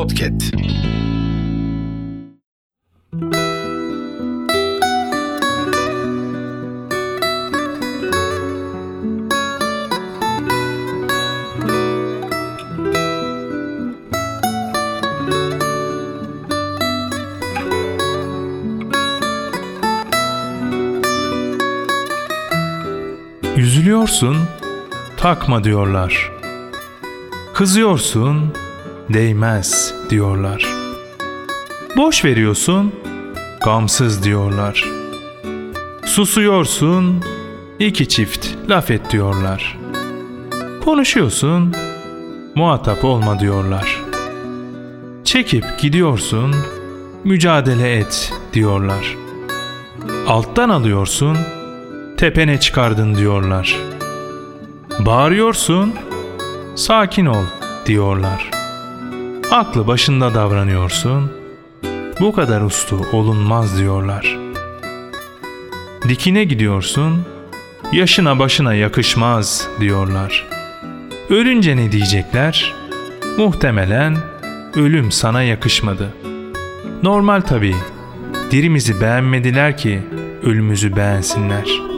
Podcast. Üzülüyorsun, takma diyorlar. Kızıyorsun, değmez diyorlar. Boş veriyorsun, gamsız diyorlar. Susuyorsun, iki çift laf et diyorlar. Konuşuyorsun, muhatap olma diyorlar. Çekip gidiyorsun, mücadele et diyorlar. Alttan alıyorsun, tepene çıkardın diyorlar. Bağırıyorsun, sakin ol diyorlar. Aklı başında davranıyorsun, bu kadar uslu olunmaz diyorlar. Dikine gidiyorsun, yaşına başına yakışmaz diyorlar. Ölünce ne diyecekler? Muhtemelen ölüm sana yakışmadı. Normal tabii, dirimizi beğenmediler ki ölümümüzü beğensinler.